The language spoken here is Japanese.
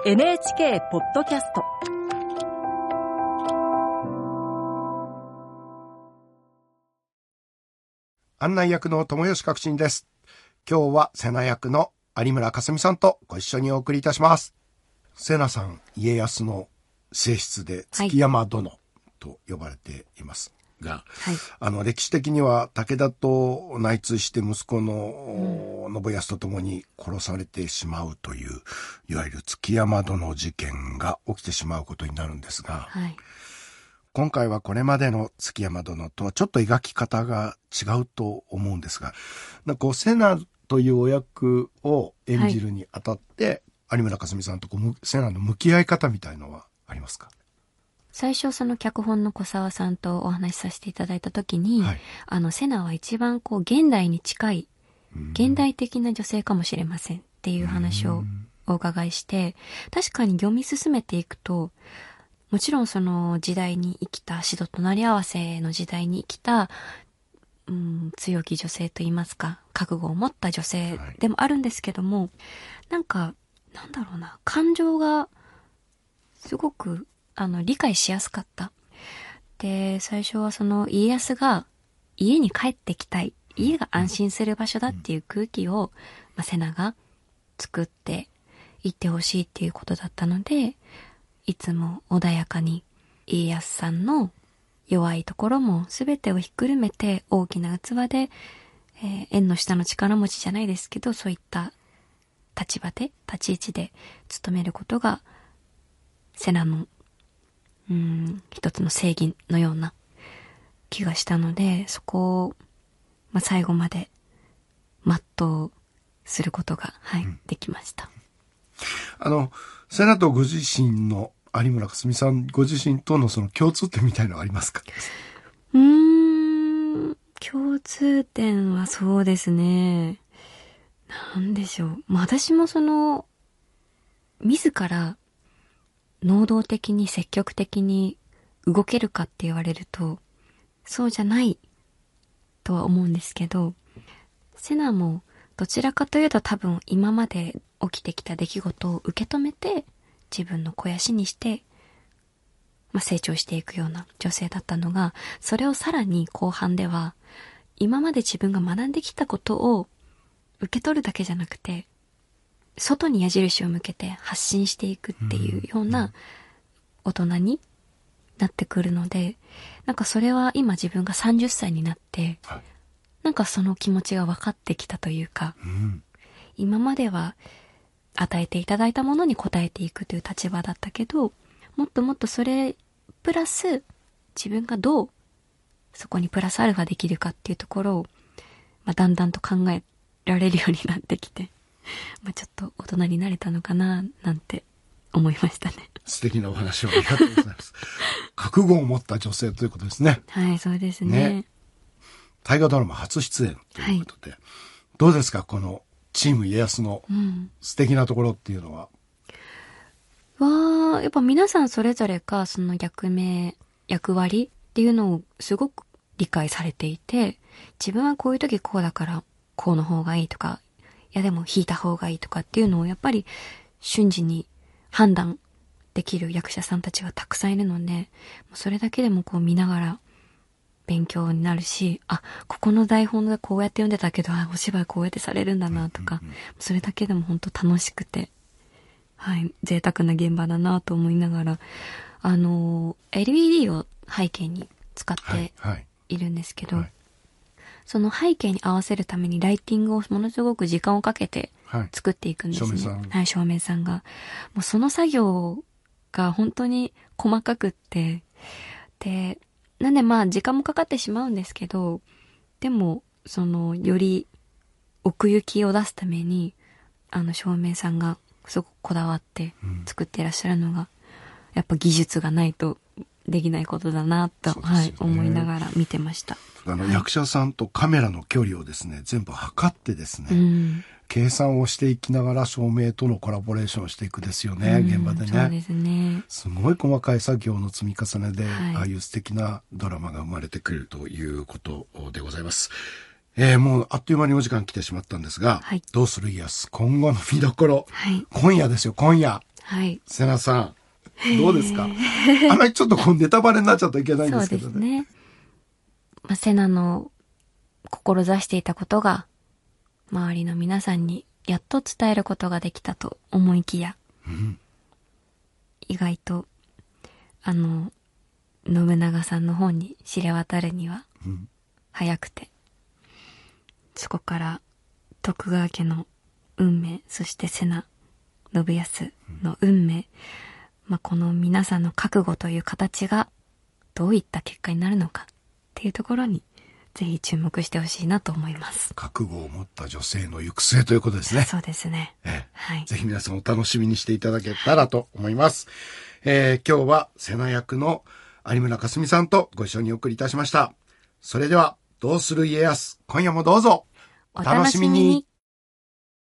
NHK ポッドキャスト。 案内役の友吉革新です。今日は瀬名役の有村架純さんとご一緒にお送りいたします。瀬名さん、家康の正室で築山殿と呼ばれていますが、歴史的には武田と内通して息子の信康と共に殺されてしまうという、いわゆる築山殿事件が起きてしまうことになるんですが、今回はこれまでの築山殿とはちょっと描き方が違うと思うんですが、瀬名というお役を演じるにあたって、有村架純さんと瀬名の向き合い方みたいのはありますか？ 最初その脚本の小沢さんとお話しさせていただいたときに、瀬名は一番現代に近い現代的な女性かもしれませんっていう話をお伺いして、確かに読み進めていくと、もちろんその時代に生きた、死と隣り合わせの時代に生きた、強気女性といいますか、覚悟を持った女性でもあるんですけども、感情がすごく理解しやすかった。で、最初はその家康が家に帰ってきたい、家が安心する場所だっていう空気を、瀬名が作っていってほしいっていうことだったので、いつも穏やかに家康さんの弱いところも全てをひっくるめて大きな器で、縁の下の力持ちじゃないですけど、そういった立場で、立ち位置で務めることが瀬名の一つの正義のような気がしたので、そこを、最後まで全うすることが、できました。 瀬名とご自身の有村架純さんご自身とのその共通点みたいのはありますか？ 共通点はそうですね。なんでしょう。私も自ら能動的に積極的に動けるかって言われると、そうじゃないとは思うんですけど、瀬名もどちらかというと多分今まで起きてきた出来事を受け止めて自分の肥やしにして、成長していくような女性だったのが、それをさらに後半では今まで自分が学んできたことを受け取るだけじゃなくて、外に矢印を向けて発信していくっていうような大人になってくるので、それは今自分が30歳になって、その気持ちが分かってきたというか、今までは与えていただいたものに応えていくという立場だったけど、もっともっとそれプラス自分がどうそこにプラスアルファできるかっていうところを、だんだんと考えられるようになってきて、ちょっと大人になれたのかななんて思いましたね。 素敵なお話をありがとうございます。覚悟を持った女性ということですね。 はい、そうですね。 大河ドラマ初出演ということで、どうですか、このチーム家康の素敵なところっていうのは？ やっぱ皆さんそれぞれがその役割っていうのをすごく理解されていて、自分はこういう時こうだからこうの方がいいとか、いやでも引いた方がいいとかっていうのをやっぱり瞬時に判断できる役者さんたちがたくさんいるので、それだけでも見ながら勉強になるし、ここの台本がこうやって読んでたけど、お芝居こうやってされるんだなとか、それだけでも本当楽しくて、贅沢な現場だなと思いながら、LED を背景に使っているんですけど、その背景に合わせるためにライティングをものすごく時間をかけて作っていくんですね。照明さんが。もうその作業が本当に細かくって、で、なんで時間もかかってしまうんですけど、でも、より奥行きを出すために、照明さんがすごくこだわって作っていらっしゃるのが、やっぱ技術がないとできないことだなと、思いながら見てました。 役者さんとカメラの距離をですね、全部測ってですね、計算をしていきながら照明とのコラボレーションをしていくですよね、現場でね。 そうですね。 すごい細かい作業の積み重ねで、ああいう素敵なドラマが生まれてくるということでございます。もうあっという間にお時間来てしまったんですが、どうする家康今後の見どころ、今夜ですよ、今夜。 はい。 瀬名さん、どうですか？あまりちょっとネタバレになっちゃうといけないんですけどね。 そうですね。瀬名の志していたことが、周りの皆さんにやっと伝えることができたと思いきや、意外と、信長さんの方に知れ渡るには、早くて、そこから徳川家の運命、そして瀬名信康の運命、この皆さんの覚悟という形がどういった結果になるのかっていうところにぜひ注目してほしいなと思います。 覚悟を持った女性の行く末ということですね。 そうですね。はい。 ぜひ皆さんお楽しみにしていただけたらと思います。今日は瀬名役の有村架純さんとご一緒にお送りいたしました。それでは、どうする家康、今夜もどうぞお楽しみに。